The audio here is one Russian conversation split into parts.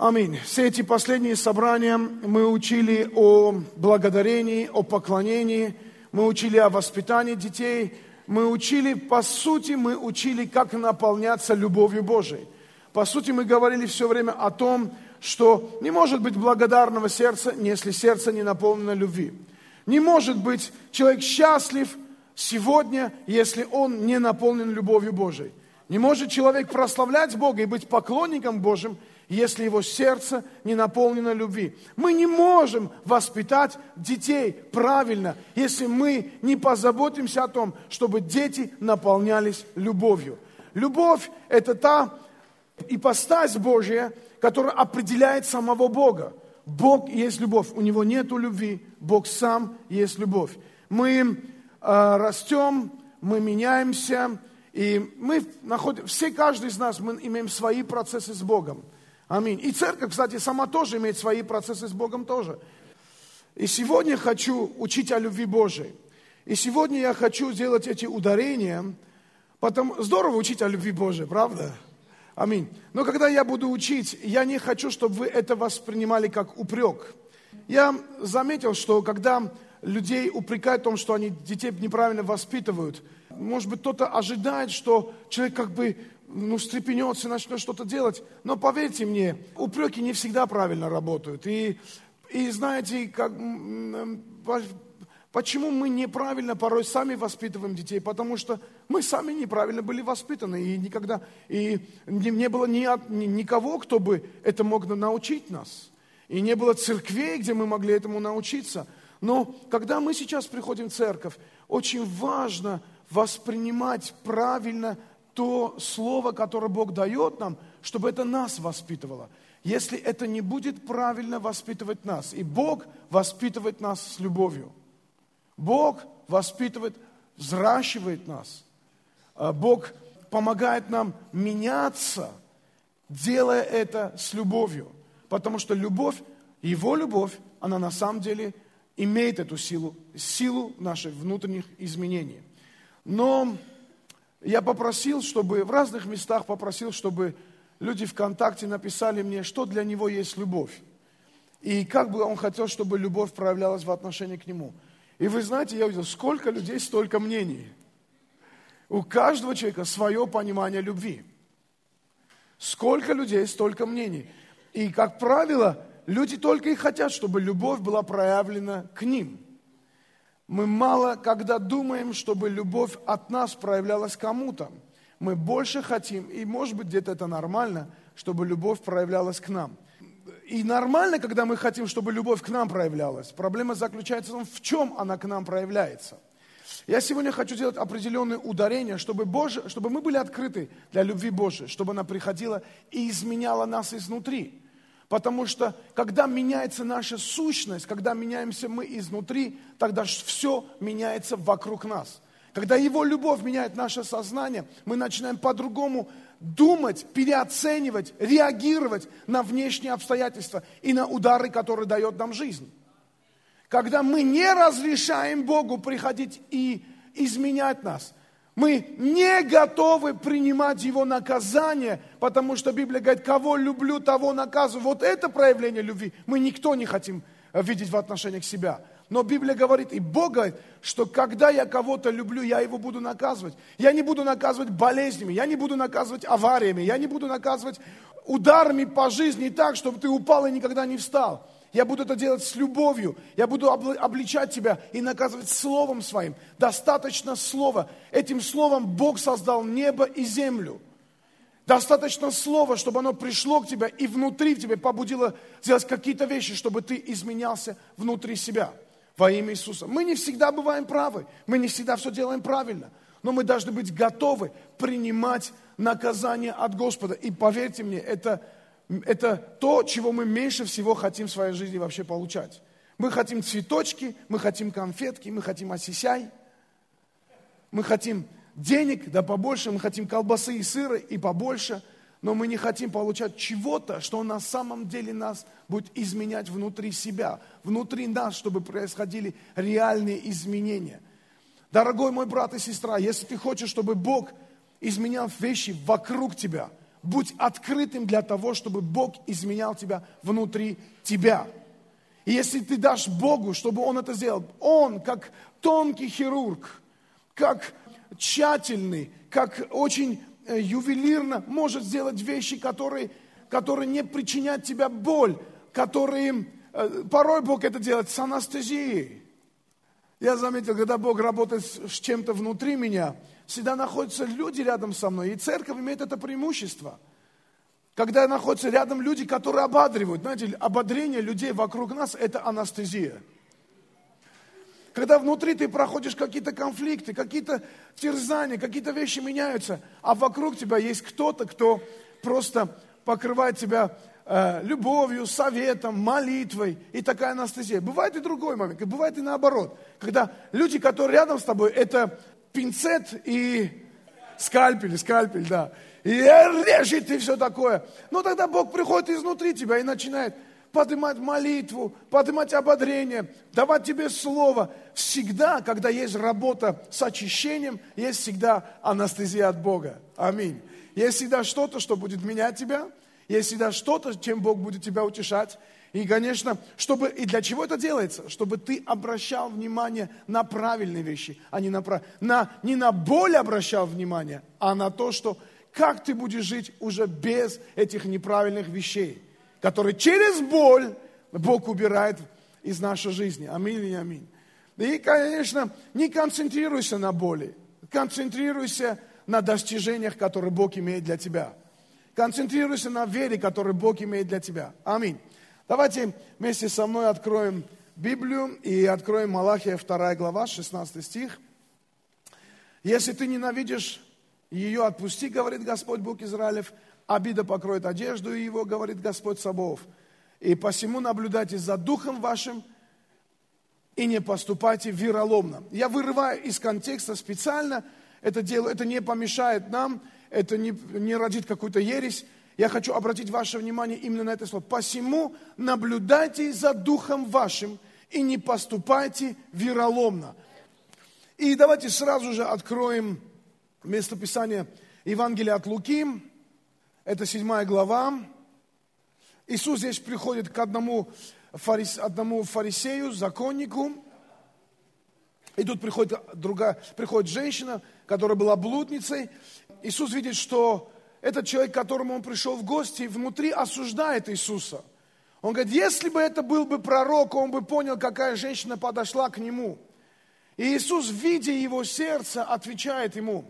Аминь. Все эти последние собрания мы учили о благодарении, о поклонении, мы учили о воспитании детей, мы учили, по сути, как наполняться любовью Божией. По сути, мы говорили все время о том, что не может быть благодарного сердца, если сердце не наполнено любви. Не может быть человек счастлив сегодня, если он не наполнен любовью Божией. Не может человек прославлять Бога и быть поклонником Божьим, если его сердце не наполнено любви. Мы не можем воспитать детей правильно, если мы не позаботимся о том, чтобы дети наполнялись любовью. Любовь – это та ипостась Божья, которая определяет самого Бога. Бог есть любовь, у Него нету любви, Бог сам есть любовь. Мы растем, мы меняемся, и мы находим, каждый из нас, мы имеем свои процессы с Богом. Аминь. И церковь, кстати, сама тоже имеет свои процессы с Богом тоже. И сегодня хочу учить о любви Божией. И сегодня я хочу сделать эти ударения. Здорово учить о любви Божией, правда? Аминь. Но когда я буду учить, я не хочу, чтобы вы это воспринимали как упрек. Я заметил, что когда людей упрекают в том, что они детей неправильно воспитывают, может быть, кто-то ожидает, что человек встрепенется и начнет что-то делать. Но поверьте мне, упреки не всегда правильно работают. И знаете, почему мы неправильно порой сами воспитываем детей? Потому что мы сами неправильно были воспитаны. И не было никого, кто бы это мог научить нас. И не было церквей, где мы могли этому научиться. Но когда мы сейчас приходим в церковь, очень важно воспринимать правильно то слово, которое Бог дает нам, чтобы это нас воспитывало. Если это не будет правильно воспитывать нас, и Бог воспитывает нас с любовью. Бог воспитывает, взращивает нас. Бог помогает нам меняться, делая это с любовью. Потому что любовь, Его любовь, она на самом деле имеет эту силу наших внутренних изменений. Но я попросил, чтобы в разных местах чтобы люди ВКонтакте написали мне, что для него есть любовь. И как бы он хотел, чтобы любовь проявлялась в отношении к нему. И вы знаете, я увидел, сколько людей, столько мнений. У каждого человека свое понимание любви. Сколько людей, столько мнений. И, как правило, люди только и хотят, чтобы любовь была проявлена к ним. Мы мало когда думаем, чтобы любовь от нас проявлялась кому-то. Мы больше хотим, и может быть где-то это нормально, чтобы любовь проявлялась к нам. И нормально, когда мы хотим, чтобы любовь к нам проявлялась. Проблема заключается в том, в чем она к нам проявляется. Я сегодня хочу сделать определенные ударения, чтобы мы были открыты для любви Божией, чтобы она приходила и изменяла нас изнутри. Потому что, когда меняется наша сущность, когда меняемся мы изнутри, тогда все меняется вокруг нас. Когда Его любовь меняет наше сознание, мы начинаем по-другому думать, переоценивать, реагировать на внешние обстоятельства и на удары, которые дает нам жизнь. Когда мы не разрешаем Богу приходить и изменять нас, мы не готовы принимать Его наказание, потому что Библия говорит, кого люблю, того наказываю. Вот это проявление любви мы никто не хотим видеть в отношениях себя. Но Библия говорит, и Бог говорит, что когда я кого-то люблю, я его буду наказывать. Я не буду наказывать болезнями, я не буду наказывать авариями, я не буду наказывать ударами по жизни так, чтобы ты упал и никогда не встал. Я буду это делать с любовью. Я буду обличать тебя и наказывать словом своим. Достаточно слова. Этим словом Бог создал небо и землю. Достаточно слова, чтобы оно пришло к тебе и внутри в тебе побудило сделать какие-то вещи, чтобы ты изменялся внутри себя. Во имя Иисуса. Мы не всегда бываем правы. Мы не всегда все делаем правильно. Но мы должны быть готовы принимать наказание от Господа. И поверьте мне, это то, чего мы меньше всего хотим в своей жизни вообще получать. Мы хотим цветочки, мы хотим конфетки, мы хотим осисяй, мы хотим денег, да побольше, мы хотим колбасы и сыра и побольше, но мы не хотим получать чего-то, что на самом деле нас будет изменять внутри себя, внутри нас, чтобы происходили реальные изменения. Дорогой мой брат и сестра, если ты хочешь, чтобы Бог изменял вещи вокруг тебя, будь открытым для того, чтобы Бог изменял тебя внутри тебя. И если ты дашь Богу, чтобы Он это сделал, Он, как тонкий хирург, как тщательный, как очень ювелирно может сделать вещи, которые не причинят тебе боль, которые порой Бог это делает с анестезией. Я заметил, когда Бог работает с чем-то внутри меня, всегда находятся люди рядом со мной, и церковь имеет это преимущество. Когда находятся рядом люди, которые ободривают. Знаете, ободрение людей вокруг нас – это анестезия. Когда внутри ты проходишь какие-то конфликты, какие-то терзания, какие-то вещи меняются, а вокруг тебя есть кто-то, кто просто покрывает тебя любовью, советом, молитвой, и такая анестезия. Бывает и другой момент, бывает и наоборот. Когда люди, которые рядом с тобой, это пинцет и скальпель, да. И режет и все такое. Но тогда Бог приходит изнутри тебя и начинает поднимать молитву, поднимать ободрение, давать тебе слово. Всегда, когда есть работа с очищением, есть всегда анестезия от Бога. Аминь. Есть всегда что-то, что будет менять тебя. Есть всегда что-то, чем Бог будет тебя утешать. И, конечно, и для чего это делается? Чтобы ты обращал внимание на правильные вещи, а не на боль обращал внимание, а на то, что как ты будешь жить уже без этих неправильных вещей, которые через боль Бог убирает из нашей жизни. Аминь и аминь. И, конечно, не концентрируйся на боли, концентрируйся на достижениях, которые Бог имеет для тебя. Концентрируйся на вере, которую Бог имеет для тебя. Аминь. Давайте вместе со мной откроем Библию и откроем Малахия 2 глава, 16 стих. Если ты ненавидишь ее, отпусти, говорит Господь Бог Израилев, обида покроет одежду его, говорит Господь Саваоф. И посему наблюдайте за духом вашим и не поступайте вероломно. Я вырываю из контекста специально это дело, это не помешает нам, это не родит какую-то ересь. Я хочу обратить ваше внимание именно на это слово. Посему наблюдайте за духом вашим и не поступайте вероломно. И давайте сразу же откроем местописание Евангелия от Луки. Это 7 глава. Иисус здесь приходит к одному фарисею, законнику. И тут приходит женщина, которая была блудницей. Иисус видит, что этот человек, к которому он пришел в гости, внутри осуждает Иисуса. Он говорит, если бы это был бы пророк, он бы понял, какая женщина подошла к нему. И Иисус, видя его сердце, отвечает ему,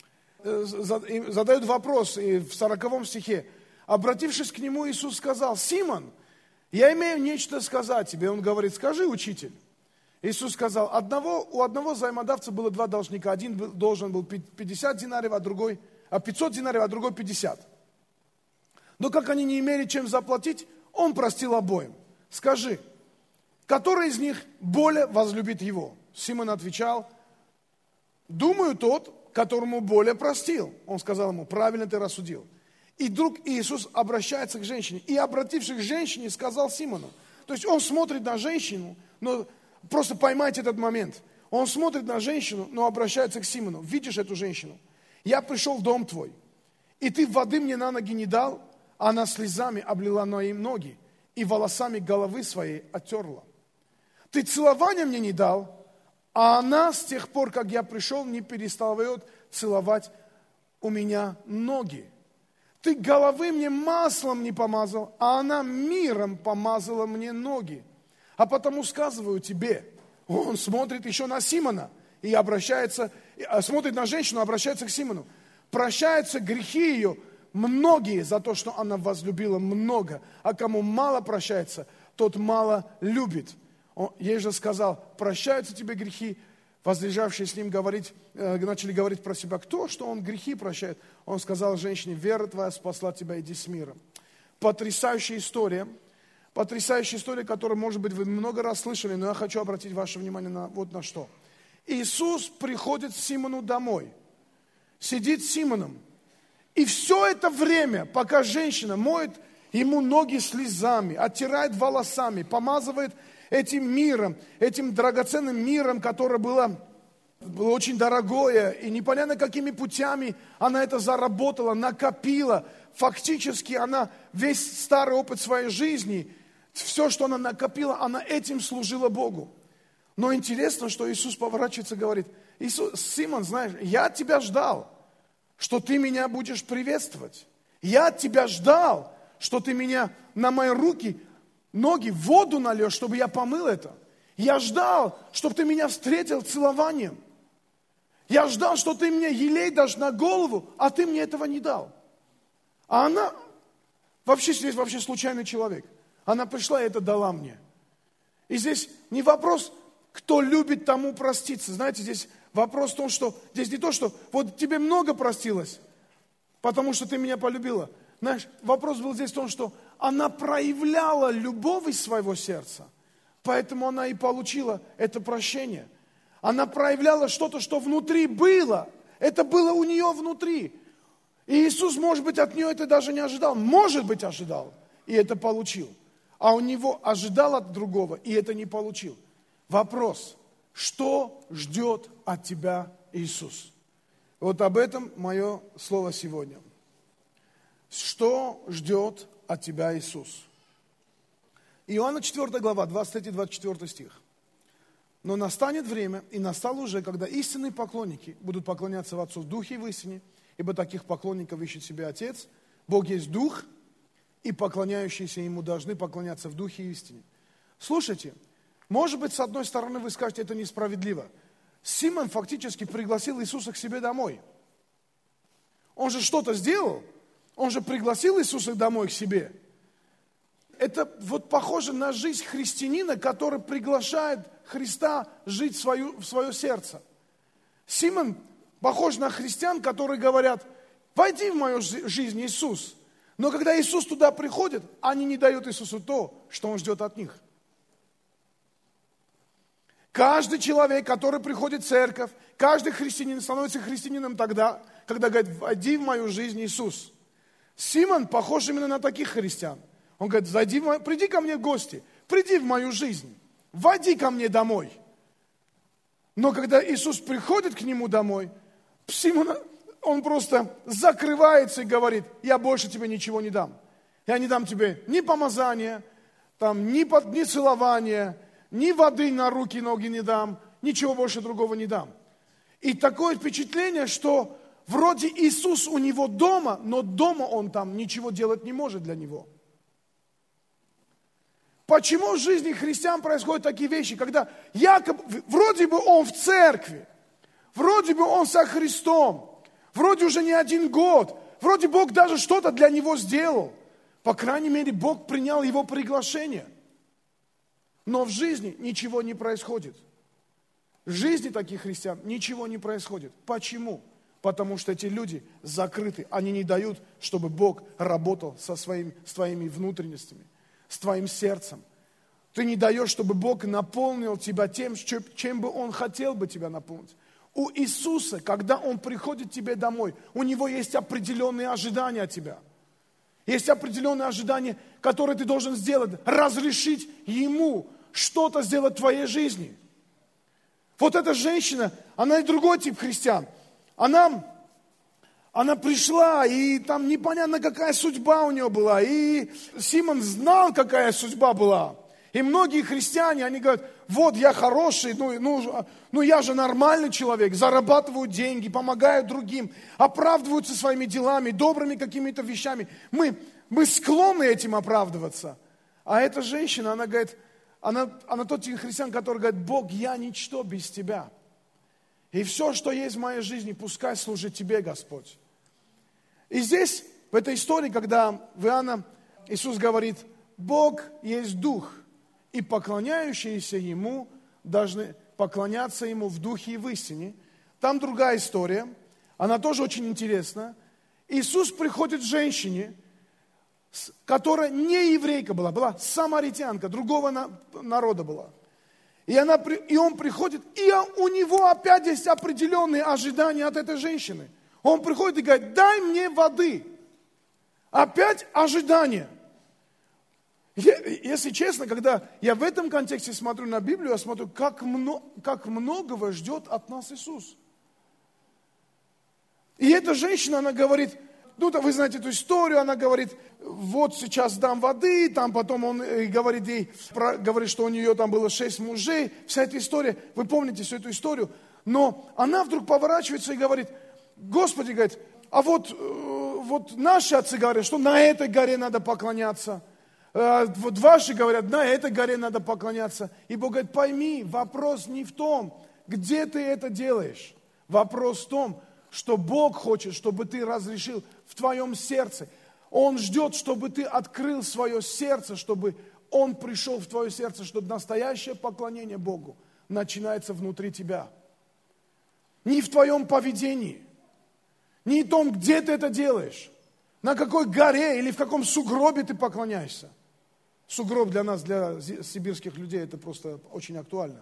задает вопрос и в 40 стихе. Обратившись к нему, Иисус сказал, Симон, я имею нечто сказать тебе. Он говорит, скажи, учитель. Иисус сказал, у одного взаимодавца было 2 должника. Один должен был 50 динариев, 500 динариев, а другой 50. Но как они не имели чем заплатить, он простил обоим. Скажи, который из них более возлюбит его? Симон отвечал, думаю, тот, которому более простил. Он сказал ему, правильно ты рассудил. И вдруг Иисус обращается к женщине. И, обратившись к женщине, сказал Симону. То есть он смотрит на женщину, но просто поймайте этот момент. Он смотрит на женщину, но обращается к Симону. Видишь эту женщину? Я пришел в дом твой, и ты воды мне на ноги не дал, а она слезами облила мои ноги и волосами головы своей оттерла. Ты целования мне не дал, а она с тех пор, как я пришел, не перестает целовать у меня ноги. Ты головы мне маслом не помазал, а она миром помазала мне ноги. А потому сказываю тебе, он смотрит еще на Симона и смотрит на женщину, обращается к Симону. Прощаются грехи ее, многие за то, что она возлюбила много. А кому мало прощается, тот мало любит. Он ей же сказал, прощаются тебе грехи. Возлежавшие с ним начали говорить про себя, кто, что он грехи прощает. Он сказал женщине, вера твоя спасла тебя, иди с миром. Потрясающая история, которую, может быть, вы много раз слышали, но я хочу обратить ваше внимание на что. Иисус приходит к Симону домой, сидит с Симоном, и все это время, пока женщина моет ему ноги слезами, оттирает волосами, помазывает этим миром, этим драгоценным миром, которое было было очень дорогое, и непонятно какими путями она это заработала, накопила. Фактически она весь старый опыт своей жизни, все, что она накопила, она этим служила Богу. Но интересно, что Иисус поворачивается и говорит: Симон, знаешь, я от тебя ждал, что ты меня будешь приветствовать. Я от тебя ждал, что ты меня на мои руки, ноги, воду нальешь, чтобы я помыл это. Я ждал, чтобы ты меня встретил целованием. Я ждал, что ты мне елей дашь на голову, а ты мне этого не дал. А она, здесь вообще случайный человек. Она пришла и это дала мне. И здесь не вопрос, кто любит, тому проститься. Знаете, здесь вопрос в том, что здесь не то, что вот тебе много простилось, потому что ты меня полюбила. Знаешь, вопрос был здесь в том, что она проявляла любовь из своего сердца, поэтому она и получила это прощение. Она проявляла что-то, что внутри было. Это было у нее внутри. И Иисус, может быть, от нее это даже не ожидал. Может быть, ожидал. И это получил. А у него ожидал от другого, и это не получил. Вопрос: что ждет от тебя Иисус? Вот об этом мое слово сегодня. Что ждет от тебя Иисус? Иоанна 4 глава, 23-24 стих. Но настанет время, и настало уже, когда истинные поклонники будут поклоняться в Отцу в духе и в истине, ибо таких поклонников ищет себе Отец. Бог есть Дух, и поклоняющиеся Ему должны поклоняться в духе и истине. Слушайте, может быть, с одной стороны вы скажете, это несправедливо. Симон фактически пригласил Иисуса к себе домой. Он же что-то сделал, он же пригласил Иисуса домой к себе. Это вот похоже на жизнь христианина, который приглашает Христа жить в свое сердце. Симон похож на христиан, которые говорят: войди в мою жизнь, Иисус. Но когда Иисус туда приходит, они не дают Иисусу то, что Он ждет от них. Каждый человек, который приходит в церковь, каждый христианин становится христианином тогда, когда говорит: войди в мою жизнь, Иисус. Симон похож именно на таких христиан. Он говорит: приди ко мне в гости, приди в мою жизнь, войди ко мне домой. Но когда Иисус приходит к нему домой, Симон, он просто закрывается и говорит: я больше тебе ничего не дам. Я не дам тебе ни помазания, ни целования, ни воды на руки и ноги не дам, ничего больше другого не дам. И такое впечатление, что вроде Иисус у него дома, но дома он там ничего делать не может для него. Почему в жизни христиан происходят такие вещи, когда якобы, вроде бы он в церкви, вроде бы он со Христом, вроде уже не один год, вроде Бог даже что-то для него сделал. По крайней мере, Бог принял его приглашение. Но в жизни ничего не происходит. В жизни таких христиан ничего не происходит. Почему? Потому что эти люди закрыты, они не дают, чтобы Бог работал с твоими внутренностями, с твоим сердцем. Ты не даешь, чтобы Бог наполнил тебя тем, чем бы Он хотел бы тебя наполнить. У Иисуса, когда Он приходит к тебе домой, у Него есть определенные ожидания от тебя. Есть определенные ожидания, которые ты должен сделать, разрешить Ему что-то сделать в твоей жизни. Вот эта женщина, она и другой тип христиан. Она пришла, и там непонятно, какая судьба у нее была. И Симон знал, какая судьба была. И многие христиане, они говорят: вот я хороший, я же нормальный человек, зарабатываю деньги, помогаю другим, оправдываются своими делами, добрыми какими-то вещами. Мы склонны этим оправдываться. А эта женщина, она говорит, она тот тип христиан, который говорит: Бог, я ничто без Тебя. И все, что есть в моей жизни, пускай служит Тебе, Господь. И здесь, в этой истории, когда в Иоанна Иисус говорит: Бог есть Дух, и поклоняющиеся Ему должны поклоняться Ему в Духе и в истине. Там другая история, она тоже очень интересна. Иисус приходит к женщине, которая не еврейка была самаритянка, другого народа была. И он приходит, и у него опять есть определенные ожидания от этой женщины. Он приходит и говорит: дай мне воды. Опять ожидание. Если честно, когда я в этом контексте смотрю на Библию, я смотрю, как многого ждет от нас Иисус. И эта женщина, она говорит, ну, вы знаете эту историю, она говорит, вот сейчас дам воды, там потом он говорит ей, говорит, что у нее там было 6 мужей, вся эта история, вы помните всю эту историю, но она вдруг поворачивается и говорит, Господи, говорит, а вот наши отцы говорят, что на этой горе надо поклоняться, вот ваши говорят, на этой горе надо поклоняться. И Бог говорит, пойми, вопрос не в том, где ты это делаешь, вопрос в том, что Бог хочет, чтобы ты разрешил в твоем сердце. Он ждет, чтобы ты открыл свое сердце, чтобы Он пришел в твое сердце, чтобы настоящее поклонение Богу начинается внутри тебя. Не в твоем поведении, не в том, где ты это делаешь, на какой горе или в каком сугробе ты поклоняешься. Сугроб для нас, для сибирских людей, это просто очень актуально.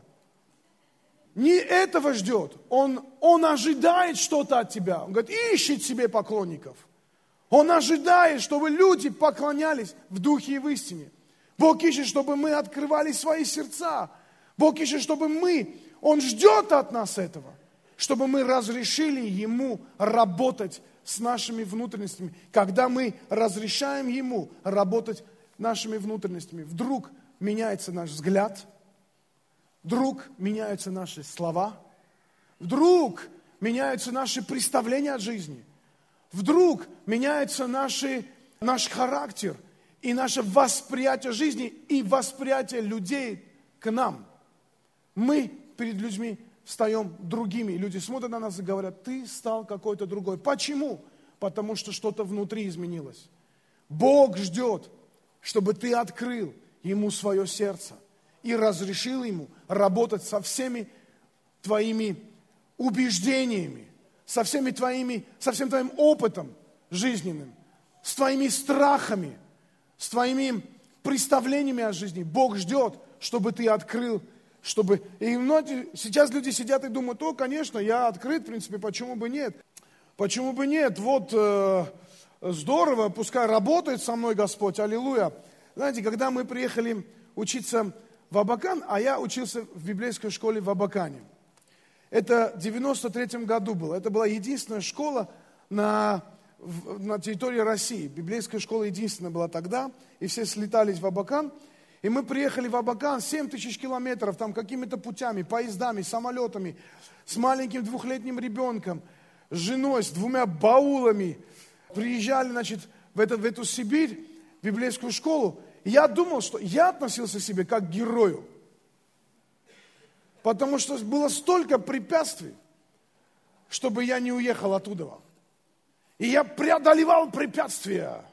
Не этого ждет. Он ожидает что-то от тебя. Он говорит, ищет себе поклонников. Он ожидает, чтобы люди поклонялись в духе и в истине. Бог ищет, чтобы мы открывали свои сердца. Бог ищет, чтобы Он ждет от нас этого, чтобы мы разрешили Ему работать с нашими внутренностями. Когда мы разрешаем Ему работать нашими внутренностями, вдруг меняется наш взгляд, вдруг меняются наши слова, вдруг меняются наши представления от жизни, вдруг меняется наш характер и наше восприятие жизни и восприятие людей к нам. Мы перед людьми встаем другими. Люди смотрят на нас и говорят, ты стал какой-то другой. Почему? Потому что что-то внутри изменилось. Бог ждет, чтобы ты открыл Ему свое сердце и разрешил Ему работать со всеми твоими убеждениями, со всем твоим опытом жизненным, с твоими страхами, с твоими представлениями о жизни. Бог ждет, чтобы ты открыл, чтобы... И сейчас люди сидят и думают, конечно, я открыт, в принципе, почему бы нет? Почему бы нет? Вот здорово, пускай работает со мной Господь, аллилуйя. Знаете, когда мы приехали учиться в Абакан, а я учился в библейской школе в Абакане. Это в 93-м году было. Это была единственная школа на территории России. Библейская школа единственная была тогда, и все слетались в Абакан. И мы приехали в Абакан 7000 километров, там какими-то путями, поездами, самолетами, с маленьким 2-летним ребенком, с женой, с 2 баулами. Приезжали, в эту Сибирь, в библейскую школу. И я думал, что я относился к себе как к герою. Потому что было столько препятствий, чтобы я не уехал оттуда. И я преодолевал препятствия.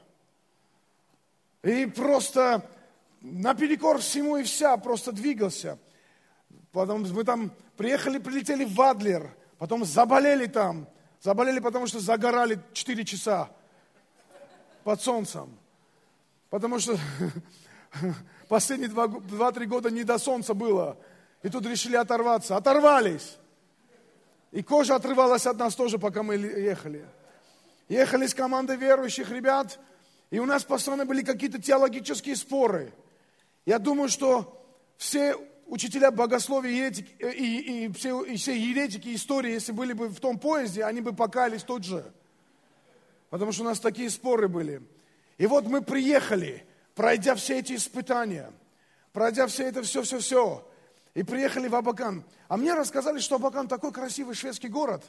И просто наперекор всему и вся просто двигался. Потом мы там прилетели в Адлер, потом заболели там. Заболели, потому что загорали 4 часа под солнцем. Потому что последние 2-3 года не до солнца было. И тут решили оторваться. Оторвались. И кожа отрывалась от нас тоже, пока мы ехали. Ехали с командой верующих ребят, и у нас постоянно были какие-то теологические споры. Я думаю, что все учителя богословия и все еретики истории, если были бы в том поезде, они бы покаялись тут же. Потому что у нас такие споры были. И вот мы приехали, пройдя все эти испытания, пройдя все это, все, и приехали в Абакан. А мне рассказали, что Абакан такой красивый шведский город.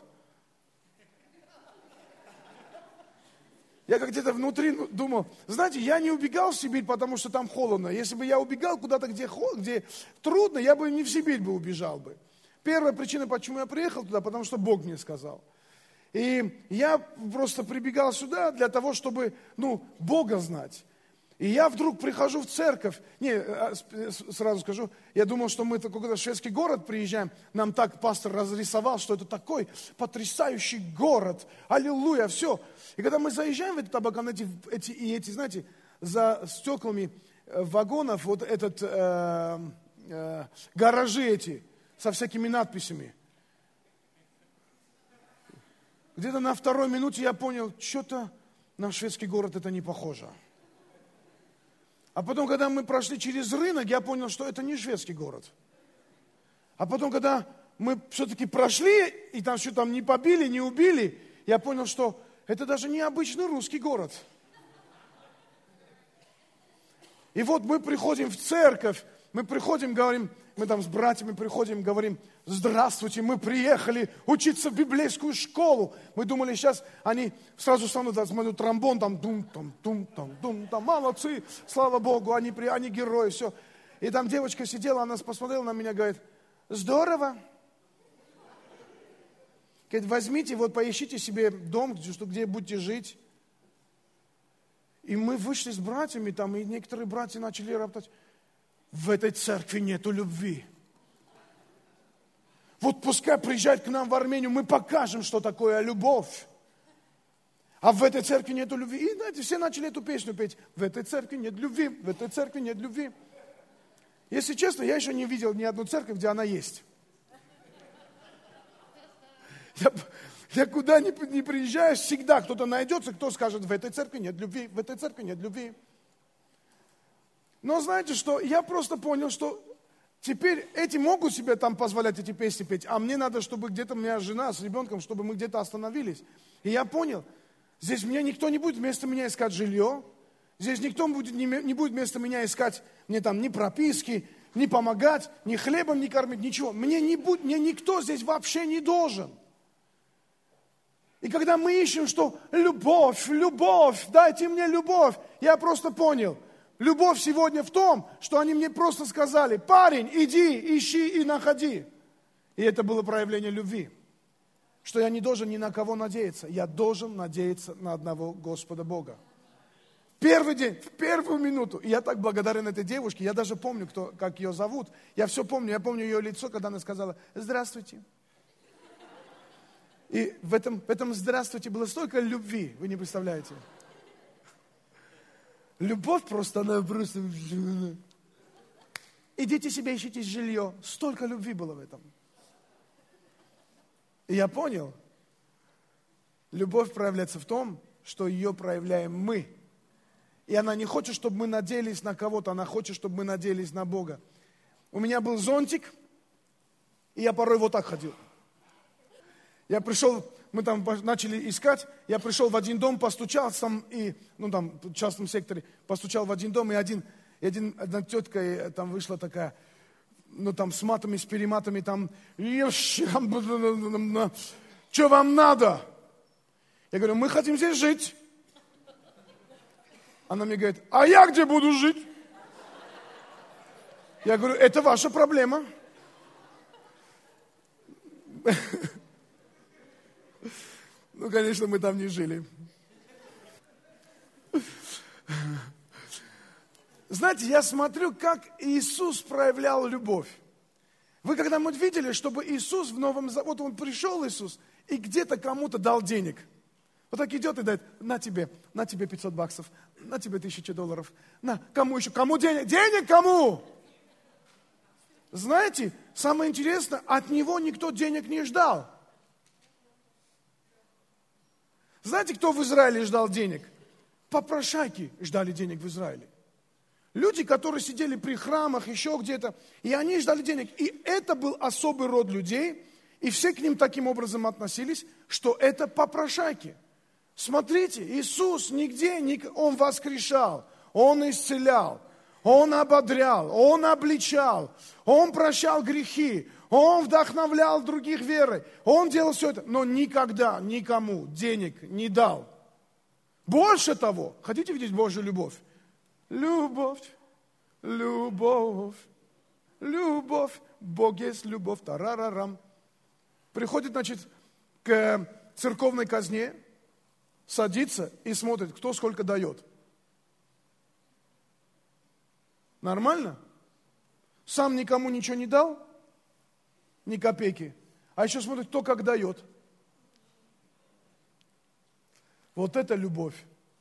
Я как где-то внутри думал, знаете, я не убегал в Сибирь, потому что там холодно. Если бы я убегал куда-то, где трудно, я бы не в Сибирь бы убежал бы. Первая причина, почему я приехал туда, потому что Бог мне сказал. И я просто прибегал сюда для того, чтобы, Бога знать. И я вдруг прихожу в церковь. Сразу скажу, я думал, что мы в какой-то шведский город приезжаем. Нам так пастор разрисовал, что это такой потрясающий город. Аллилуйя, все. И когда мы заезжаем в этот Абакан, эти, знаете, за стеклами вагонов, вот гаражи эти, со всякими надписями. Где-то на 2-й минуте я понял, что-то на шведский город это не похоже. А потом, когда мы прошли через рынок, я понял, что это не шведский город. А потом, когда мы все-таки прошли, и там что там не побили, не убили, я понял, что это даже не обычный русский город. И вот мы приходим в церковь, мы приходим, говорим, мы там с братьями приходим, говорим, здравствуйте, мы приехали учиться в библейскую школу. Мы думали, сейчас они сразу станут, смотрю, тромбон, там, дум-там, молодцы, слава Богу, они герои, все. И там девочка сидела, она посмотрела на меня, говорит, здорово. Говорит, возьмите, вот поищите себе дом, где будете жить. И мы вышли с братьями там, и некоторые братья начали роптать, в этой церкви нету любви. Вот пускай приезжают к нам в Армению, мы покажем, что такое любовь. А в этой церкви нету любви. И знаете, все начали эту песню петь. В этой церкви нет любви, в этой церкви нет любви. Если честно, я еще не видел ни одну церковь, где она есть. Я куда ни приезжаю, всегда кто-то найдется, кто скажет, в этой церкви нет любви, в этой церкви нет любви. Но знаете что, я просто понял, что теперь эти могут себе там позволять эти песни петь, а мне надо, чтобы где-то у меня жена с ребенком, чтобы мы где-то остановились. И я понял, здесь мне никто не будет вместо меня искать жилье, здесь никто не будет вместо меня искать мне там ни прописки, ни помогать, ни хлебом не кормить, ничего. Мне никто здесь вообще не должен. И когда мы ищем, что любовь, дайте мне любовь, я просто понял, любовь сегодня в том, что они мне просто сказали, парень, иди, ищи и находи. И это было проявление любви, что я не должен ни на кого надеяться, я должен надеяться на одного Господа Бога. Первый день, в первую минуту, и я так благодарен этой девушке, я даже помню, как ее зовут, я все помню, я помню ее лицо, когда она сказала, здравствуйте. И в этом здравствуйте было столько любви, вы не представляете. Любовь просто, она просто... Идите себе, ищите жилье. Столько любви было в этом. И я понял, любовь проявляется в том, что ее проявляем мы. И она не хочет, чтобы мы надеялись на кого-то, она хочет, чтобы мы надеялись на Бога. У меня был зонтик, и я порой вот так ходил. Я пришел, мы там начали искать, я пришел в один дом, постучал там, в частном секторе, постучал в один дом, и одна тетка там вышла такая, там с матами, с перематами, там, что вам надо? Я говорю, мы хотим здесь жить. Она мне говорит, а я где буду жить? Я говорю, это ваша проблема. Ну, конечно, мы там не жили. Знаете, я смотрю, как Иисус проявлял любовь. Вы когда-нибудь видели, чтобы Иисус в Новом Завете, вот он пришел, Иисус, и где-то кому-то дал денег. Вот так идет и дает, на тебе $500, на тебе $1000, на, кому еще, кому денег? Денег кому? Знаете, самое интересное, от него никто денег не ждал. Знаете, кто в Израиле ждал денег? Попрошайки ждали денег в Израиле. Люди, которые сидели при храмах, еще где-то, и они ждали денег. И это был особый род людей, и все к ним таким образом относились, что это попрошайки. Смотрите, Иисус Он воскрешал, Он исцелял, Он ободрял, Он обличал, Он прощал грехи, Он вдохновлял других верой, Он делал все это, но никогда никому денег не дал. Больше того, хотите видеть Божью любовь? Любовь, любовь, любовь, Бог есть любовь, тарарарам. Приходит, к церковной казне, садится и смотрит, кто сколько дает. Нормально? Сам никому ничего не дал, ни копейки, а еще смотрит, кто как дает. Вот это любовь.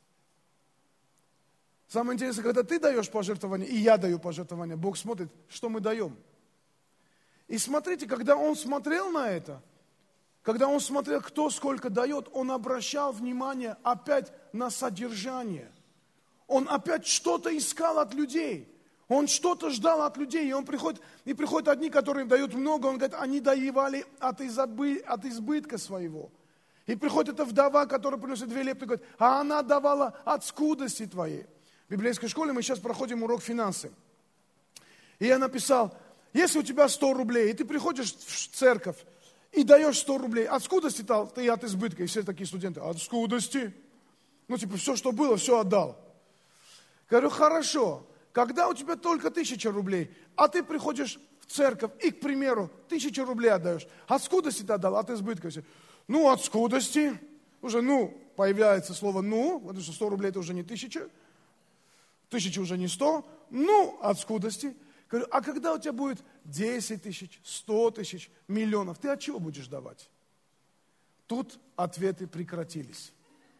Самое интересное, когда ты даешь пожертвование, и я даю пожертвование, Бог смотрит, что мы даем. И смотрите, когда Он смотрел на это, когда Он смотрел, кто сколько дает, Он обращал внимание опять на содержание. Он опять что-то искал от людей. Он что-то ждал от людей. И приходят одни, которые дают много. Он говорит, они доевали от избытка своего. И приходит эта вдова, которая приносит 2 лепты, говорит, а она давала от скудости твоей. В библейской школе мы сейчас проходим урок финансы. И я написал, если у тебя 100 рублей, и ты приходишь в церковь, и даешь 100 рублей, от скудости ты от избытка. И все такие студенты, от скудости? Все, что было, все отдал. Говорю, хорошо, когда у тебя только 1000 рублей, а ты приходишь в церковь и, к примеру, 1000 рублей отдаешь, от скудости ты отдал, от избытка. От скудости, уже, появляется слово потому что 100 рублей это уже не 1000, 1000 уже не 100, от скудости. Говорю, а когда у тебя будет 10 тысяч, 100 тысяч, миллионов, ты от чего будешь давать? Тут ответы прекратились.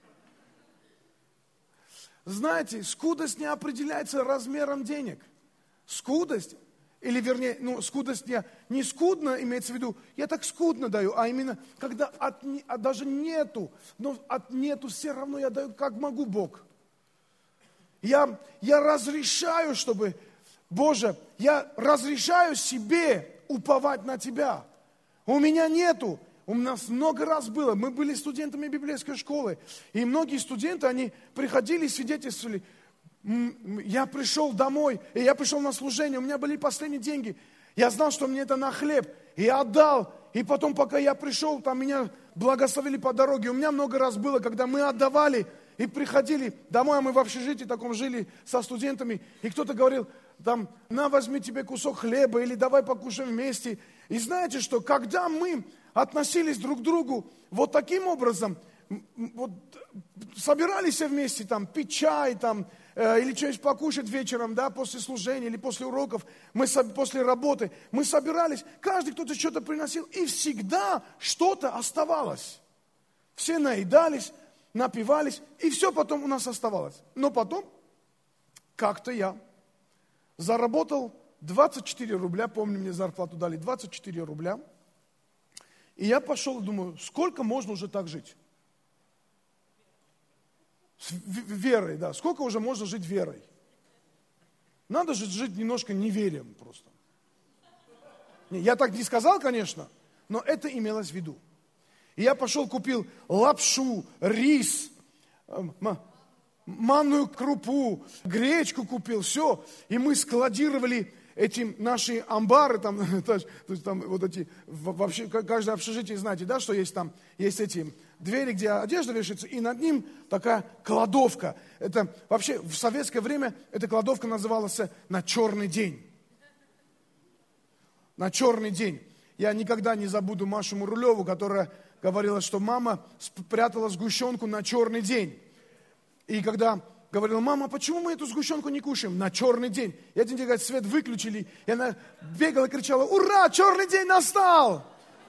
Знаете, скудость не определяется размером денег. Скудость, или вернее, скудость не скудно, имеется в виду, я так скудно даю, а именно, когда даже нету, но от нету все равно я даю, как могу, Бог. Я разрешаю, чтобы, Боже, я разрешаю себе уповать на Тебя. У меня нету. У нас много раз было, мы были студентами библейской школы, и многие студенты, они приходили и свидетельствовали, я пришел домой, и я пришел на служение, у меня были последние деньги, я знал, что мне это на хлеб, и я отдал, и потом, пока я пришел, там меня благословили по дороге. У меня много раз было, когда мы отдавали и приходили домой, а мы в общежитии таком жили со студентами, и кто-то говорил, возьми тебе кусок хлеба, или давай покушаем вместе. И знаете что, когда мы относились друг к другу вот таким образом, собирались все вместе, пить чай, или что-нибудь покушать вечером, после служения или после уроков, после работы, мы собирались, каждый кто-то что-то приносил, и всегда что-то оставалось. Все наедались, напивались, и все потом у нас оставалось. Но потом, как-то я заработал 24 рубля, помню, мне зарплату дали 24 рубля, и я пошел и думаю, сколько можно уже так жить? С верой, да. Сколько уже можно жить верой? Надо же жить немножко неверием просто. Я так не сказал, конечно, но это имелось в виду. И я пошел, купил лапшу, рис, манную крупу, гречку купил, все. И мы складировали эти наши амбары, то есть вот эти, вообще, каждое общежитие, знаете, да, что есть там, есть эти двери, где одежда вешается, и над ним такая кладовка. Это вообще в советское время эта кладовка называлась «На черный день». На черный день. Я никогда не забуду Машу Мурулеву, которая говорила, что мама спрятала сгущенку на черный день. И когда говорила, мама, почему мы эту сгущенку не кушаем? На черный день. И один день, говорит, свет выключили, и она бегала и кричала, ура, черный день настал!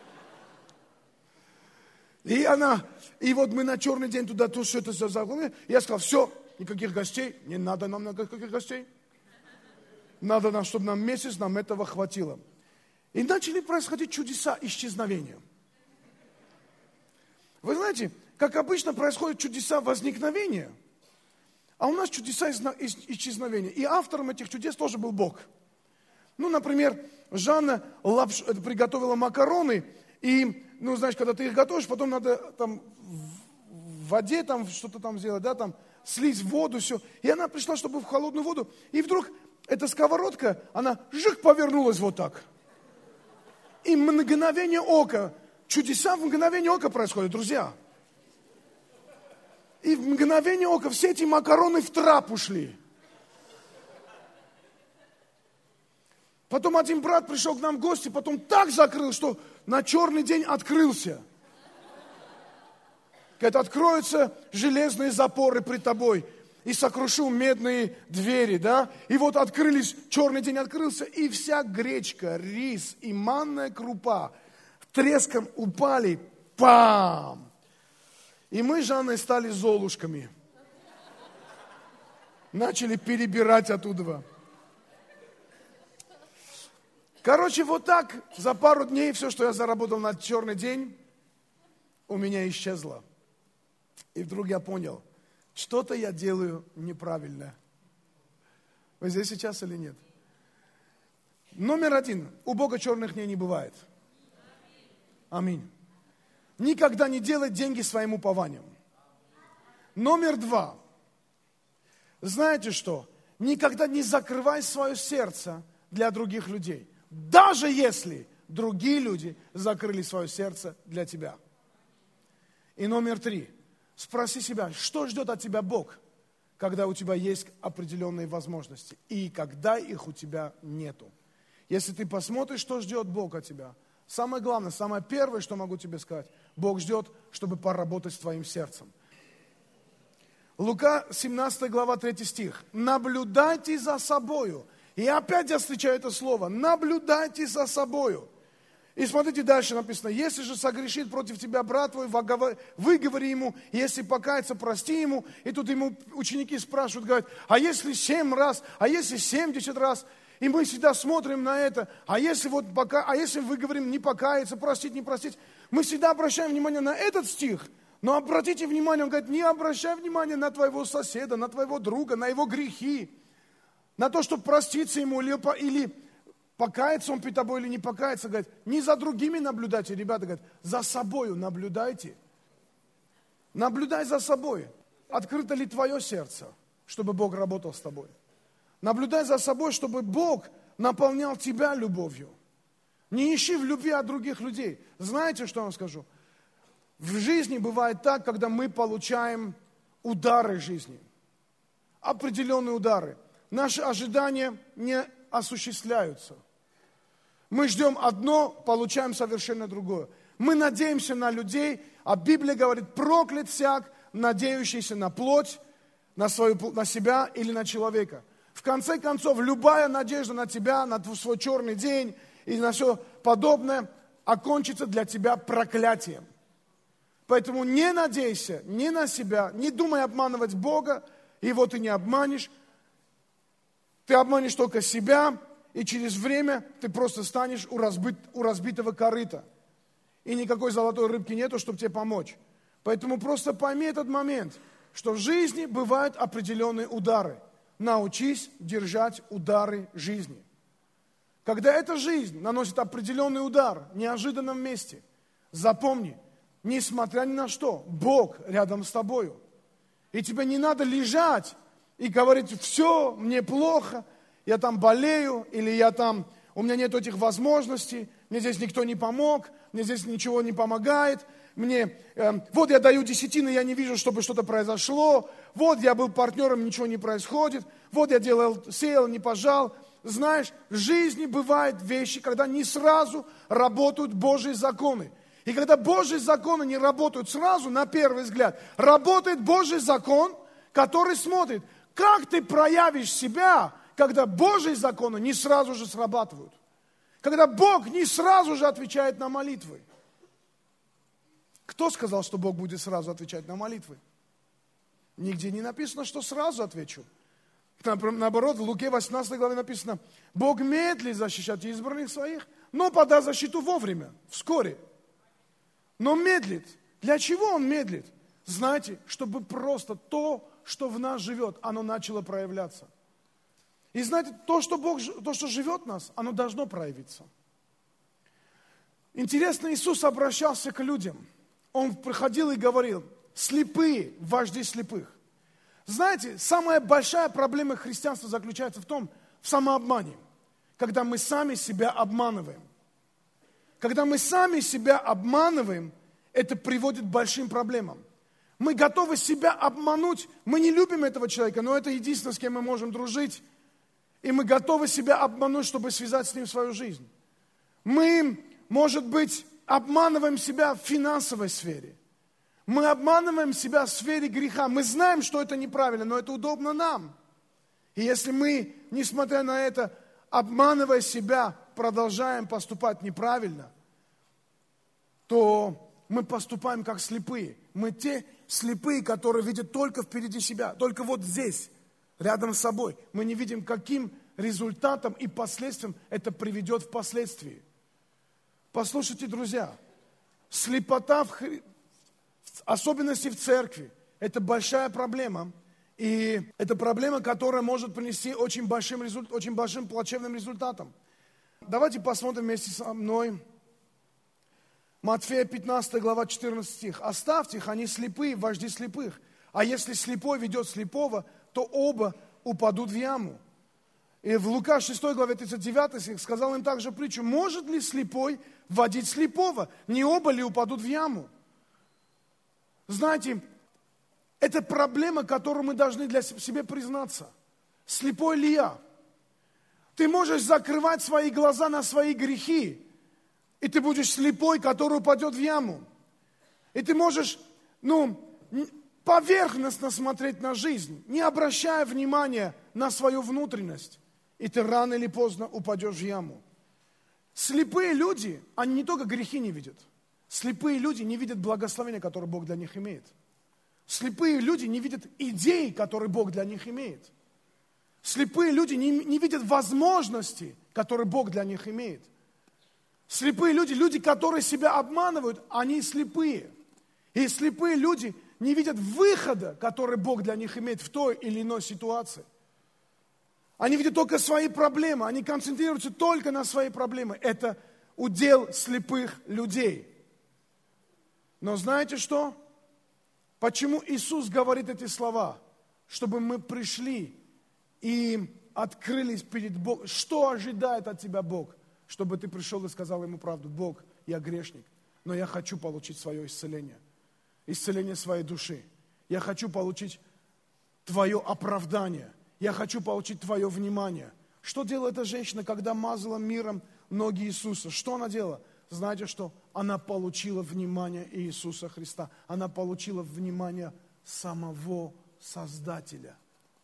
И вот мы на черный день туда то все это заглубили. Я сказал, все, никаких гостей, не надо нам никаких гостей. Надо нам, чтобы нам месяц, нам этого хватило. И начали происходить чудеса исчезновения. Вы знаете, как обычно происходят чудеса возникновения, а у нас чудеса исчезновения. И автором этих чудес тоже был Бог. Например, Жанна приготовила макароны, и, знаешь, когда ты их готовишь, потом надо в воде что-то сделать, слить в воду, все. И она пришла, чтобы в холодную воду, и вдруг эта сковородка, она повернулась вот так. И мгновение ока, чудеса в мгновение ока происходят, друзья. И в мгновение ока все эти макароны в трап ушли. Потом один брат пришел к нам в гости, потом так закрыл, что на черный день открылся. Говорит, откроются железные запоры пред тобой, и сокрушу медные двери, да? И вот открылись, черный день открылся, и вся гречка, рис и манная крупа треском упали, пам! И мы с Жанной стали золушками. Начали перебирать оттуда. Короче, вот так за пару дней все, что я заработал на черный день, у меня исчезло. И вдруг я понял, что-то я делаю неправильно. Вы здесь сейчас или нет? Номер 1. У Бога черных дней не бывает. Аминь. Никогда не делай деньги своим упованием. Номер 2. Знаете что? Никогда не закрывай свое сердце для других людей. Даже если другие люди закрыли свое сердце для тебя. И номер 3. Спроси себя, что ждет от тебя Бог, когда у тебя есть определенные возможности, и когда их у тебя нету. Если ты посмотришь, что ждет Бог от тебя, самое главное, самое первое, что могу тебе сказать, Бог ждет, чтобы поработать с твоим сердцем. Лука 17 глава 3 стих. Наблюдайте за собою. И опять я встречаю это слово. Наблюдайте за собою. И смотрите, дальше написано. Если же согрешит против тебя брат твой, выговори ему. Если покается, прости ему. И тут ему ученики спрашивают, говорят, а если 7 раз, а если 70 раз? И мы всегда смотрим на это. А если мы говорим не покаяться, простить, не простить? Мы всегда обращаем внимание на этот стих. Но обратите внимание, он говорит, не обращай внимания на твоего соседа, на твоего друга, на его грехи. На то, чтобы проститься ему или покаяться он перед тобой или не покаяться. Говорит, не за другими наблюдайте, ребята, говорят, за собою наблюдайте. Наблюдай за собой. Открыто ли твое сердце, чтобы Бог работал с тобой? Наблюдай за собой, чтобы Бог наполнял тебя любовью. Не ищи в любви от других людей. Знаете, что я вам скажу? В жизни бывает так, когда мы получаем удары жизни. Определенные удары. Наши ожидания не осуществляются. Мы ждем одно, получаем совершенно другое. Мы надеемся на людей, а Библия говорит, проклят всяк, надеющийся на плоть, на себя или на человека. В конце концов, любая надежда на тебя, на свой черный день и на все подобное окончится для тебя проклятием. Поэтому не надейся ни на себя, не думай обманывать Бога, его ты не обманешь. Ты обманешь только себя, и через время ты просто станешь у разбитого корыта. И никакой золотой рыбки нету, чтобы тебе помочь. Поэтому просто пойми этот момент, что в жизни бывают определенные удары. Научись держать удары жизни. Когда эта жизнь наносит определенный удар в неожиданном месте, запомни, несмотря ни на что, Бог рядом с тобою. И тебе не надо лежать и говорить, все, мне плохо, я там болею, или у меня нет этих возможностей, мне здесь никто не помог, мне здесь ничего не помогает, вот я даю десятины, я не вижу, чтобы что-то произошло, вот я был партнером, ничего не происходит, вот я сеял, не пожал. Знаешь, в жизни бывают вещи, когда не сразу работают Божьи законы. И когда Божьи законы не работают сразу, на первый взгляд, работает Божий закон, который смотрит, как ты проявишь себя, когда Божьи законы не сразу же срабатывают. Когда Бог не сразу же отвечает на молитвы. Кто сказал, что Бог будет сразу отвечать на молитвы? Нигде не написано, что сразу отвечу. Наоборот, в Луке 18 главе написано, Бог медлит защищать избранных своих, но подаст защиту вовремя, вскоре. Но медлит. Для чего Он медлит? Знаете, чтобы просто то, что в нас живет, оно начало проявляться. И знаете, то, что живет в нас, оно должно проявиться. Интересно, Иисус обращался к людям. Он приходил и говорил, слепые, вожди слепых. Знаете, самая большая проблема христианства заключается в самообмане. Когда мы сами себя обманываем. Когда мы сами себя обманываем, это приводит к большим проблемам. Мы готовы себя обмануть. Мы не любим этого человека, но это единственное, с кем мы можем дружить. И мы готовы себя обмануть, чтобы связать с ним свою жизнь. Мы, может быть, обманываем себя в финансовой сфере. Мы обманываем себя в сфере греха. Мы знаем, что это неправильно, но это удобно нам. И если мы, несмотря на это, обманывая себя, продолжаем поступать неправильно, то мы поступаем как слепые. Мы те слепые, которые видят только впереди себя, только вот здесь, рядом с собой. Мы не видим, каким результатом и последствиям это приведет впоследствии. Послушайте, друзья, слепота, в особенности в церкви, это большая проблема. И это проблема, которая может принести очень большим плачевным результатом. Давайте посмотрим вместе со мной Матфея 15 глава 14 стих. «Оставьте их, они слепые, вожди слепых. А если слепой ведет слепого, то оба упадут в яму». И в Лука 6 главе 39 стих сказал им также притчу: «Может ли слепой водить слепого? Не оба ли упадут в яму?» Знаете, это проблема, которую мы должны для себя признаться. Слепой ли я? Ты можешь закрывать свои глаза на свои грехи, и ты будешь слепой, который упадет в яму. И ты можешь, поверхностно смотреть на жизнь, не обращая внимания на свою внутренность. И ты рано или поздно упадешь в яму. Слепые люди, они не только грехи не видят. Слепые люди не видят благословения, которое Бог для них имеет. Слепые люди не видят идей, которые Бог для них имеет. Слепые люди не видят возможностей, которые Бог для них имеет. Слепые люди, которые себя обманывают, они слепые. И слепые люди не видят выхода, который Бог для них имеет в той или иной ситуации. Они видят только свои проблемы, они концентрируются только на свои проблемы. Это удел слепых людей. Но знаете что? Почему Иисус говорит эти слова? Чтобы мы пришли и открылись перед Богом. Что ожидает от тебя Бог? Чтобы ты пришел и сказал Ему правду. Бог, я грешник, но я хочу получить свое исцеление. Исцеление своей души. Я хочу получить Твое оправдание. Я хочу получить Твое внимание. Что делала эта женщина, когда мазала миром ноги Иисуса? Что она делала? Знаете что? Она получила внимание Иисуса Христа. Она получила внимание самого Создателя.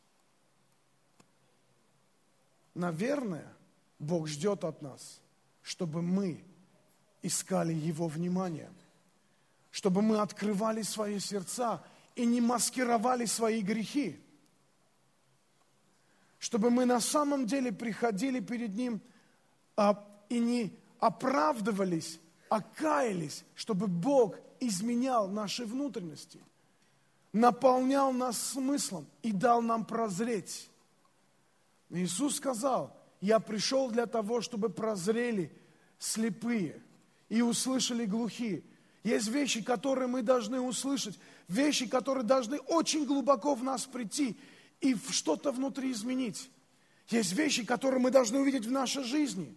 Наверное, Бог ждет от нас, чтобы мы искали Его внимание. Чтобы мы открывали свои сердца и не маскировали свои грехи. Чтобы мы на самом деле приходили перед Ним и не оправдывались, а каялись, чтобы Бог изменял наши внутренности, наполнял нас смыслом и дал нам прозреть. Иисус сказал: «Я пришел для того, чтобы прозрели слепые и услышали глухие». Есть вещи, которые мы должны услышать, вещи, которые должны очень глубоко в нас прийти и что-то внутри изменить. Есть вещи, которые мы должны увидеть в нашей жизни.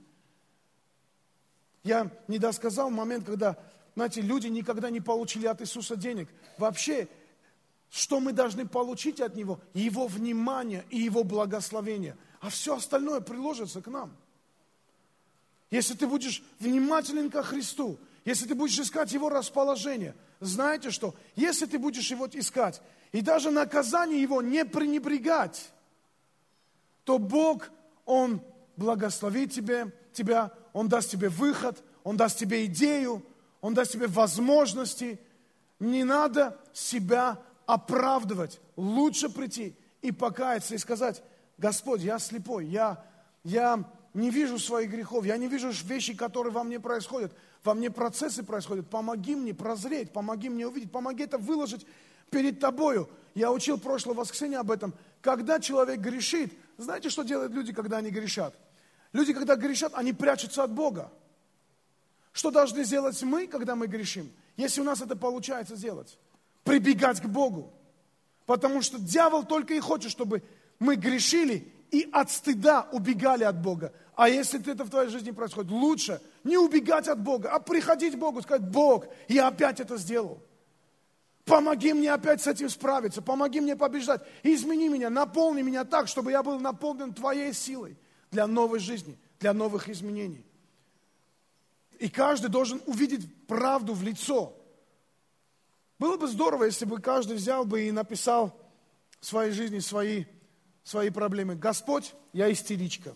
Я не досказал момент, когда, знаете, люди никогда не получили от Иисуса денег. Вообще, что мы должны получить от Него? Его внимание и Его благословение. А все остальное приложится к нам. Если ты будешь внимателен ко Христу, если ты будешь искать Его расположение, знаете что? Если ты будешь Его искать, и даже наказание Его не пренебрегать, то Бог, Он благословит тебя, Он даст тебе выход, Он даст тебе идею, Он даст тебе возможности. Не надо себя оправдывать. Лучше прийти и покаяться, и сказать: Господь, я слепой, я не вижу своих грехов, я не вижу вещи, которые во мне происходят. Во мне процессы происходят. Помоги мне прозреть, помоги мне увидеть, помоги это выложить перед Тобою. Я учил прошлое воскресенье об этом. Когда человек грешит, знаете, что делают люди, когда они грешат? Люди, когда грешат, они прячутся от Бога. Что должны сделать мы, когда мы грешим? Если у нас это получается сделать? Прибегать к Богу. Потому что дьявол только и хочет, чтобы мы грешили и от стыда убегали от Бога. А если это в твоей жизни происходит, лучше не убегать от Бога, а приходить к Богу, сказать: Бог, я опять это сделал. Помоги мне опять с этим справиться, помоги мне побеждать. Измени меня, наполни меня так, чтобы я был наполнен Твоей силой для новой жизни, для новых изменений. И каждый должен увидеть правду в лицо. Было бы здорово, если бы каждый взял бы и написал в своей жизни свои проблемы. Господь, я истеричка.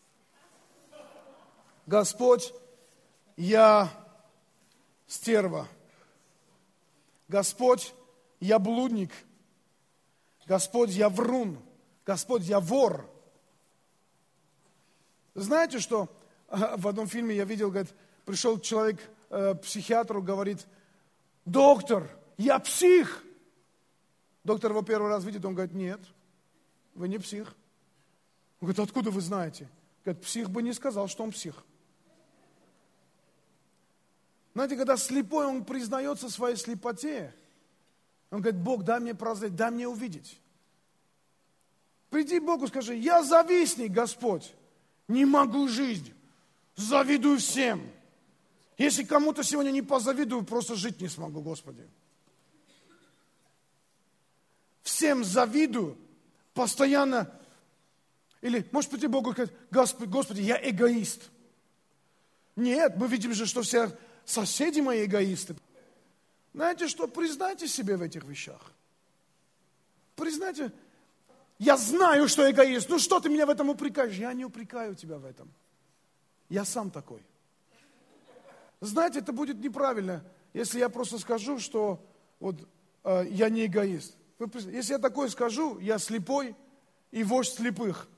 Господь, я стерва. Господь, я блудник. Господь, я врун. Господь, я вор. Знаете, что в одном фильме я видел, говорит, пришел человек к психиатру, говорит: доктор, я псих. Доктор его первый раз видит, он говорит, нет, вы не псих. Он говорит, откуда вы знаете? Говорит, псих бы не сказал, что он псих. Знаете, когда слепой, он признается в своей слепоте, он говорит, Бог, дай мне прозреть, дай мне увидеть. Приди к Богу, скажи, я завистник, Господь, не могу жить, завидую всем. Если кому-то сегодня не позавидую, просто жить не смогу, Господи. Всем завидую, постоянно. Или, может прийти к Богу и сказать, Господи, я эгоист. Нет, мы видим же, что все соседи мои эгоисты. Знаете что, признайте себе в этих вещах. Признайте, я знаю, что эгоист. Ну что ты меня в этом упрекаешь? Я не упрекаю тебя в этом. Я сам такой. Знаете, это будет неправильно, если я просто скажу, что вот, я не эгоист. Если я такое скажу, я слепой и вождь слепых.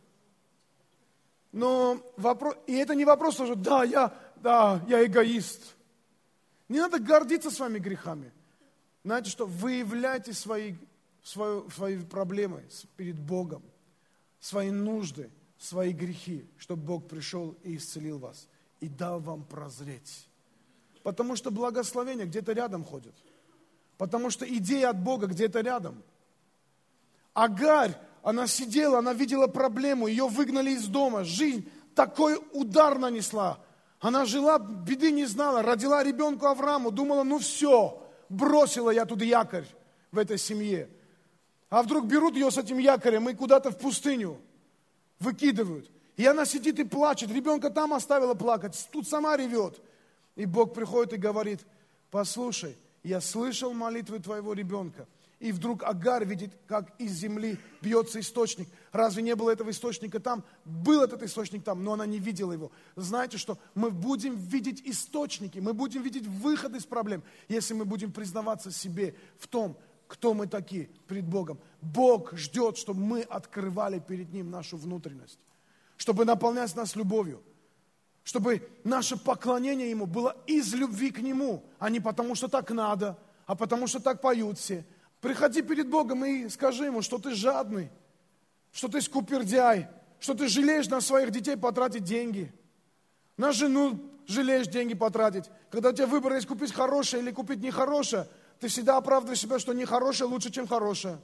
Но вопрос, и это не вопрос, что я эгоист. Не надо гордиться своими грехами. Знаете что, выявляйте свои проблемы перед Богом, свои нужды, свои грехи, чтобы Бог пришел и исцелил вас, и дал вам прозреть. Потому что благословение где-то рядом ходит. Потому что идея от Бога где-то рядом. Агарь, она сидела, она видела проблему, ее выгнали из дома, жизнь такой удар нанесла. Она жила, беды не знала, родила ребенку Аврааму, думала, ну все, бросила я туда якорь в этой семье. А вдруг берут ее с этим якорем и куда-то в пустыню выкидывают. И она сидит и плачет, ребенка там оставила плакать, тут сама ревет. И Бог приходит и говорит, послушай, я слышал молитвы твоего ребенка. И вдруг Агарь видит, как из земли бьется источник. Разве не было этого источника там? Был этот источник там, но она не видела его. Знаете что? Мы будем видеть источники, мы будем видеть выход из проблем, если мы будем признаваться себе в том, кто мы такие перед Богом. Бог ждет, чтобы мы открывали перед Ним нашу внутренность, чтобы наполнять нас любовью, чтобы наше поклонение Ему было из любви к Нему, а не потому, что так надо, а потому, что так поют все. Приходи перед Богом и скажи Ему, что ты жадный, что ты скупердяй, что ты жалеешь на своих детей потратить деньги, на жену жалеешь деньги потратить. Когда у тебя выбор есть купить хорошее или купить нехорошее, ты всегда оправдываешь себя, что нехорошее лучше, чем хорошее,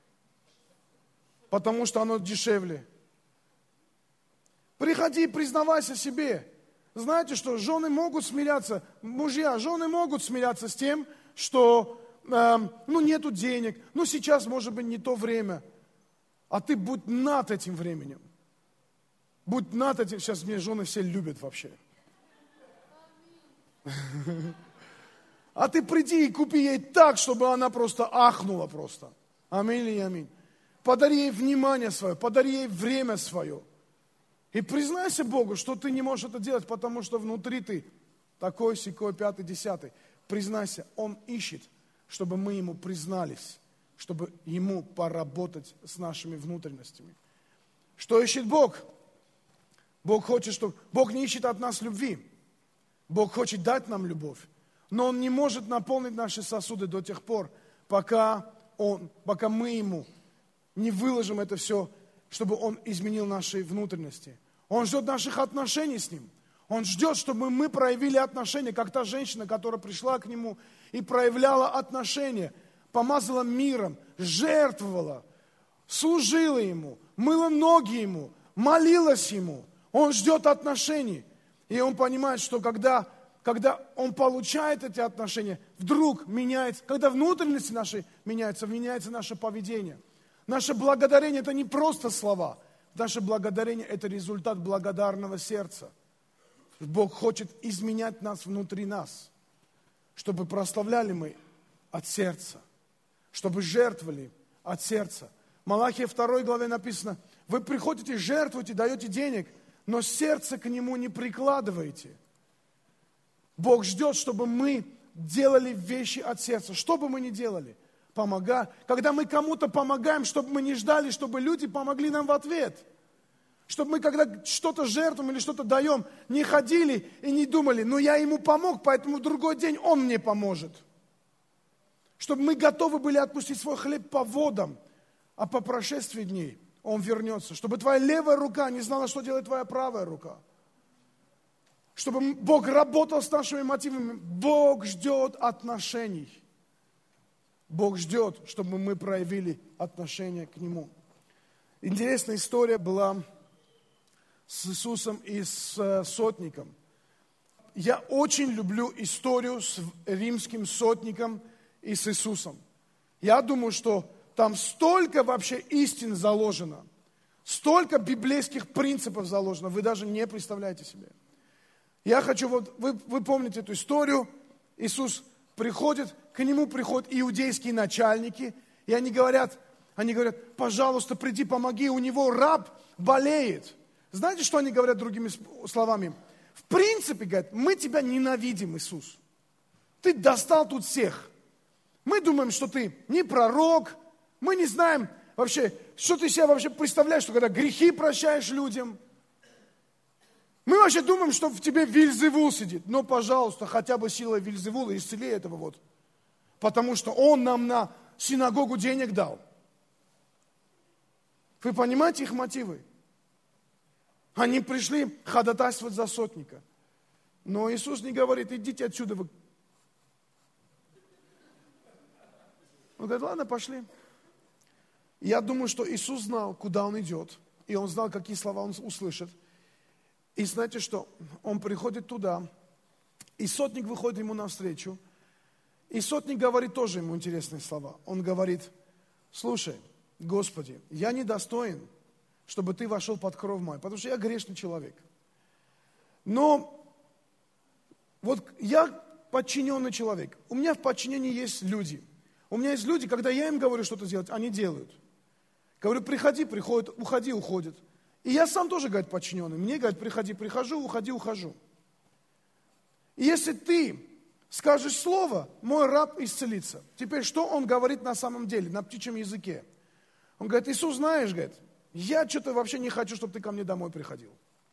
потому что оно дешевле. Приходи и признавайся себе. Знаете что, жены могут смиряться, мужья, жены могут смиряться с тем, что нету денег, сейчас может быть не то время. А ты будь над этим временем. Будь над этим. Сейчас мне жены все любят вообще. А ты приди и купи ей так, чтобы она просто ахнула просто. Аминь или аминь. Подари ей внимание свое, подари ей время свое. И признайся Богу, что ты не можешь это делать, потому что внутри ты такой, сякой, 5, 10. Признайся, Он ищет, чтобы мы Ему признались, чтобы Ему поработать с нашими внутренностями. Что ищет Бог? Бог хочет, чтобы... Бог не ищет от нас любви. Бог хочет дать нам любовь. Но Он не может наполнить наши сосуды до тех пор, пока мы Ему не выложим это все, чтобы Он изменил наши внутренности. Он ждет наших отношений с Ним. Он ждет, чтобы мы проявили отношения, как та женщина, которая пришла к Нему и проявляла отношения, помазала миром, жертвовала, служила Ему, мыла ноги Ему, молилась Ему. Он ждет отношений. И Он понимает, что когда Он получает эти отношения, вдруг меняется, когда внутренности наши меняются наше поведение. Наше благодарение – это не просто слова. Наше благодарение – это результат благодарного сердца. Бог хочет изменять нас внутри нас, чтобы прославляли мы от сердца, чтобы жертвовали от сердца. В Малахии 2 главе написано, вы приходите, жертвуете, даете денег, но сердце к нему не прикладываете. Бог ждет, чтобы мы делали вещи от сердца. Что бы мы ни делали, когда мы кому-то помогаем, чтобы мы не ждали, чтобы люди помогли нам в ответ. Чтобы мы, когда что-то жертвуем или что-то даем, не ходили и не думали, я ему помог, поэтому в другой день он мне поможет. чтобы мы готовы были отпустить свой хлеб по водам, а по прошествии дней Он вернется. Чтобы твоя левая рука не знала, что делает твоя правая рука. Чтобы Бог работал с нашими мотивами. Бог ждет отношений. Бог ждет, чтобы мы проявили отношение к Нему. Интересная история была с Иисусом и с сотником. Я очень люблю историю с римским сотником и с Иисусом. Я думаю, что там столько вообще истин заложено, столько библейских принципов заложено, вы даже не представляете себе. Я хочу, вы помните эту историю, Иисус приходит, к Нему приходят иудейские начальники, и они говорят, пожалуйста, приди, помоги, у него раб болеет. Знаете, что они говорят другими словами? В принципе, говорят, мы тебя ненавидим, Иисус. Ты достал тут всех. Мы думаем, что ты не пророк, мы не знаем вообще, что ты себя вообще представляешь, что когда грехи прощаешь людям. Мы вообще думаем, что в тебе Вельзевул сидит. Но, пожалуйста, хотя бы силой Вельзевула исцели этого вот. Потому что он нам на синагогу денег дал. Вы понимаете их мотивы? Они пришли ходатайствовать за сотника. Но Иисус не говорит, идите отсюда. Он говорит, ладно, пошли. Я думаю, что Иисус знал, куда Он идет. И Он знал, какие слова Он услышит. И знаете что? Он приходит туда. И сотник выходит ему навстречу. И сотник говорит тоже ему интересные слова. Он говорит, слушай, Господи, я недостоин, чтобы Ты вошел под кров мой, потому что я грешный человек. Но вот я подчиненный человек. У меня в подчинении есть люди. У меня есть люди, когда я им говорю что-то сделать, они делают. Говорю, приходи, приходят, уходи, уходят. И я сам тоже, говорит, подчиненный. Мне, говорит, приходи, прихожу, уходи, ухожу. И если ты скажешь слово, мой раб исцелится. Теперь, что он говорит на самом деле, на птичьем языке? Он говорит, Иисус, знаешь, говорит, я что-то вообще не хочу, чтобы ты ко мне домой приходил.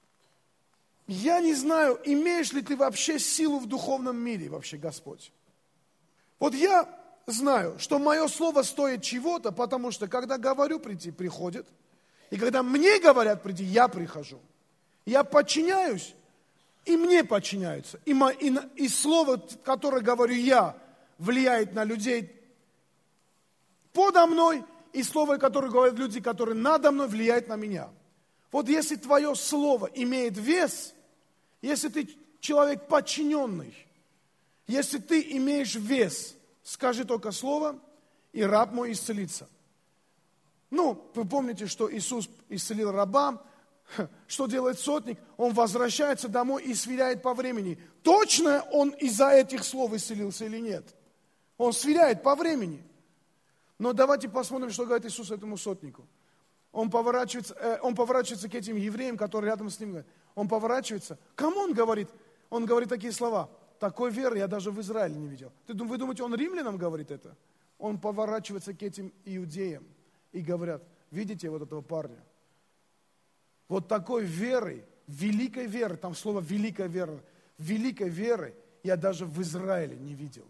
Я не знаю, имеешь ли ты вообще силу в духовном мире вообще, Господь. Вот я знаю, что мое слово стоит чего-то, потому что, когда говорю прийти, приходит. И когда мне говорят прийти, я прихожу. Я подчиняюсь, и мне подчиняются. И слово, которое говорю я, влияет на людей подо мной, и слово, которое говорят люди, которые надо мной, влияет на меня. Вот если твое слово имеет вес, если ты человек подчиненный, если ты имеешь вес, скажи только слово, и раб мой исцелится. Ну, вы помните, что Иисус исцелил раба. Что делает сотник? Он возвращается домой и сверяет по времени. Точно он из-за этих слов исцелился или нет? Он сверяет по времени. Но давайте посмотрим, что говорит Иисус этому сотнику. Он поворачивается к этим евреям, которые рядом с ним говорят. Он поворачивается. Кому он говорит? Он говорит такие слова. Такой веры я даже в Израиле не видел. Вы думаете, он римлянам говорит это? Он поворачивается к этим иудеям и говорят, видите вот этого парня? Вот такой верой, великой веры, там слово великой веры я даже в Израиле не видел.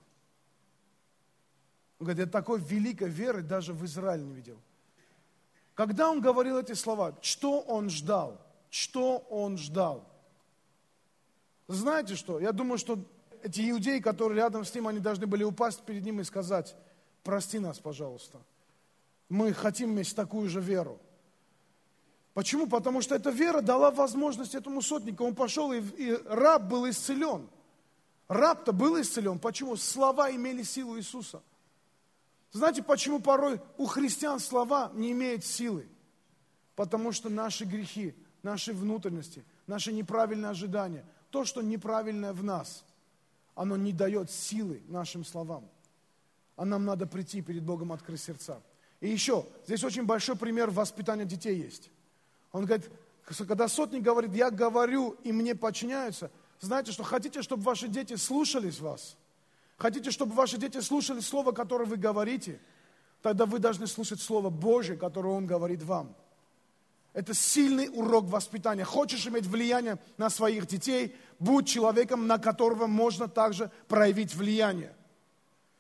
Он говорит, я такой великой веры даже в Израиле не видел. Когда он говорил эти слова, что он ждал? Что он ждал? Знаете что? Я думаю, что эти иудеи, которые рядом с ним, они должны были упасть перед ним и сказать, прости нас, пожалуйста. Мы хотим иметь такую же веру. Почему? Потому что эта вера дала возможность этому сотнику. Он пошел, и раб был исцелен. Раб-то был исцелен. Почему? Слова имели силу Иисуса. Знаете, почему порой у христиан слова не имеют силы? Потому что наши грехи, наши внутренности, наши неправильные ожидания, то, что неправильное в нас, оно не дает силы нашим словам. А нам надо прийти перед Богом, открыть сердца. И еще, здесь очень большой пример воспитания детей есть. Он говорит, когда сотник говорит, я говорю, и мне подчиняются, знаете, что хотите, чтобы ваши дети слушались вас? Хотите, чтобы ваши дети слушали слово, которое вы говорите? Тогда вы должны слушать Слово Божие, которое Он говорит вам. Это сильный урок воспитания. Хочешь иметь влияние на своих детей, будь человеком, на которого можно также проявить влияние.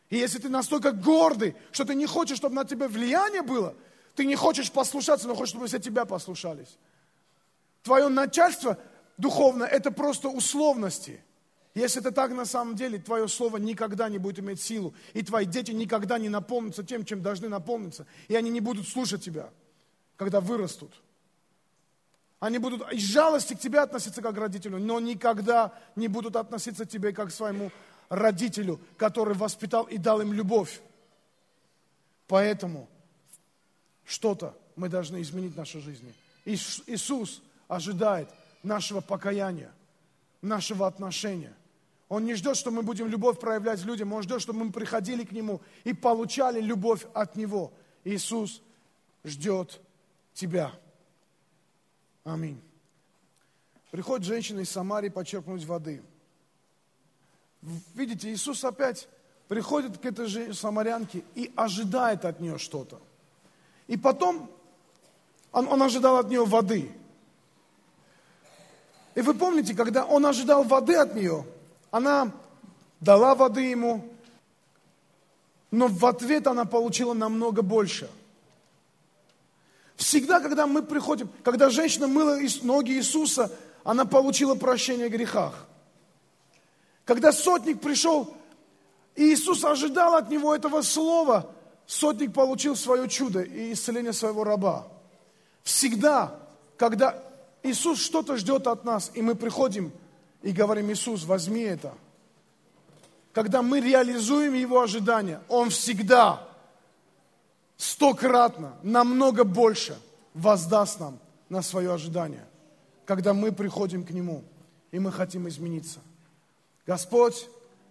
И если ты настолько гордый, что ты не хочешь, чтобы на тебя влияние было, ты не хочешь послушаться, но хочешь, чтобы все тебя послушались. Твое начальство духовное – это просто условности. Если это так на самом деле, твое слово никогда не будет иметь силу. И твои дети никогда не наполнятся тем, чем должны наполниться. И они не будут слушать тебя, когда вырастут. Они будут из жалости к тебе относиться как к родителю, но никогда не будут относиться к тебе как к своему родителю, который воспитал и дал им любовь. Поэтому что-то мы должны изменить в нашей жизни. Иисус ожидает нашего покаяния, нашего отношения. Он не ждет, что мы будем любовь проявлять людям. Он ждет, чтобы мы приходили к Нему и получали любовь от Него. Иисус ждет тебя. Аминь. Приходит женщина из Самарии почерпнуть воды. Видите, Иисус опять приходит к этой же самарянке и ожидает от нее что-то. И потом он ожидал от нее воды. И вы помните, когда он ожидал воды от нее, она дала воды ему, но в ответ она получила намного больше. Всегда, когда мы приходим, когда женщина мыла ноги Иисуса, она получила прощение в грехах. Когда сотник пришел, и Иисус ожидал от него этого слова, сотник получил свое чудо и исцеление своего раба. Всегда, когда Иисус что-то ждет от нас, и мы приходим и говорим: Иисус, возьми это. Когда мы реализуем Его ожидания, Он всегда 100-кратно, намного больше воздаст нам на свое ожидание, когда мы приходим к Нему, и мы хотим измениться. Господь,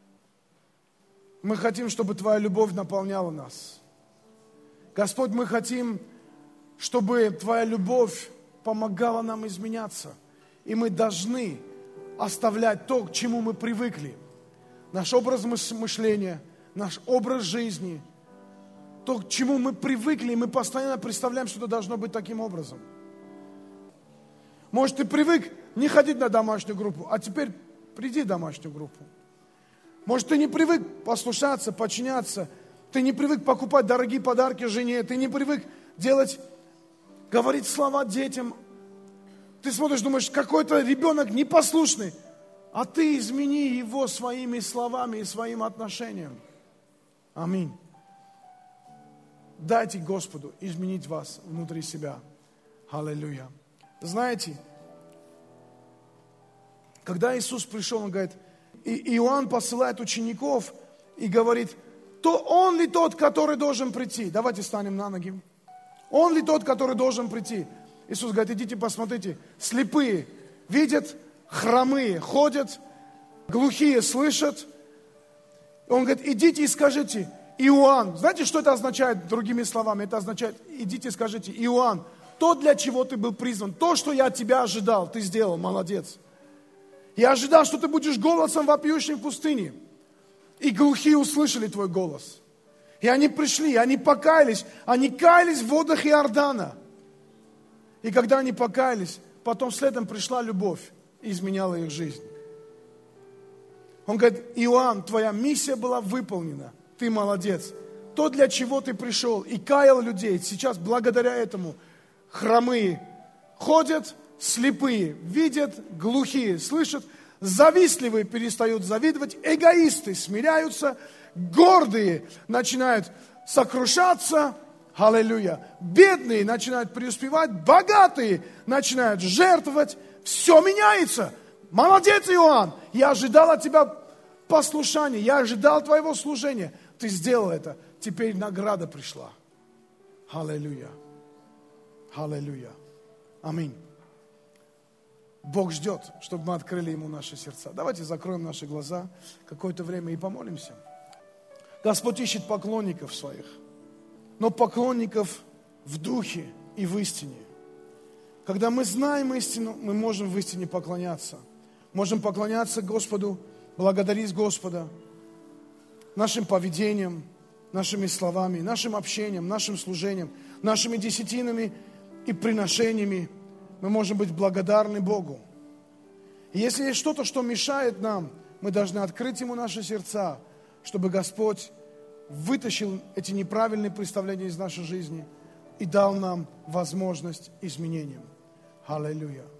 мы хотим, чтобы Твоя любовь наполняла нас. Господь, мы хотим, чтобы Твоя любовь помогала нам изменяться. И мы должны оставлять то, к чему мы привыкли. Наш образ мышления, наш образ жизни, то, к чему мы привыкли, и мы постоянно представляем, что это должно быть таким образом. Может, ты привык не ходить на домашнюю группу, а теперь приди в домашнюю группу. Может, ты не привык послушаться, подчиняться, ты не привык покупать дорогие подарки жене, ты не привык говорить слова детям. Ты смотришь, думаешь, какой-то ребенок непослушный, а ты измени его своими словами и своим отношением. Аминь. Дайте Господу изменить вас внутри себя. Аллилуйя. Знаете, когда Иисус пришел, Он говорит, и Иоанн посылает учеников и говорит: то Он ли тот, который должен прийти? Давайте встанем на ноги. Он ли тот, который должен прийти? Иисус говорит: идите посмотрите, слепые видят, хромые ходят, глухие слышат. Он говорит: идите и скажите: Иоанн. Знаете, что это означает другими словами? Это означает: идите и скажите: Иоанн, то, для чего ты был призван, то, что я от тебя ожидал, ты сделал, молодец. Я ожидал, что ты будешь голосом вопиющим в пустыне. И глухие услышали твой голос. И они пришли, они покаялись, они каялись в водах Иордана. И когда они покаялись, потом следом пришла любовь и изменяла их жизнь. Он говорит: Иоанн, твоя миссия была выполнена, ты молодец. То, для чего ты пришел и каял людей, сейчас благодаря этому хромые ходят, слепые видят, глухие слышат, завистливые перестают завидовать, эгоисты смиряются, гордые начинают сокрушаться, аллилуйя, бедные начинают преуспевать, богатые начинают жертвовать, все меняется. Молодец, Иоанн, я ожидал от тебя послушания, я ожидал твоего служения, ты сделал это, теперь награда пришла. Аллилуйя, аллилуйя, аминь. Бог ждет, чтобы мы открыли Ему наши сердца. Давайте закроем наши глаза какое-то время и помолимся. Господь ищет поклонников своих, но поклонников в духе и в истине. Когда мы знаем истину, мы можем в истине поклоняться. Можем поклоняться Господу, благодарить Господа нашим поведением, нашими словами, нашим общением, нашим служением, нашими десятинами и приношениями. Мы можем быть благодарны Богу. И если есть что-то, что мешает нам, мы должны открыть Ему наши сердца, чтобы Господь вытащил эти неправильные представления из нашей жизни и дал нам возможность изменениям. Аллилуйя.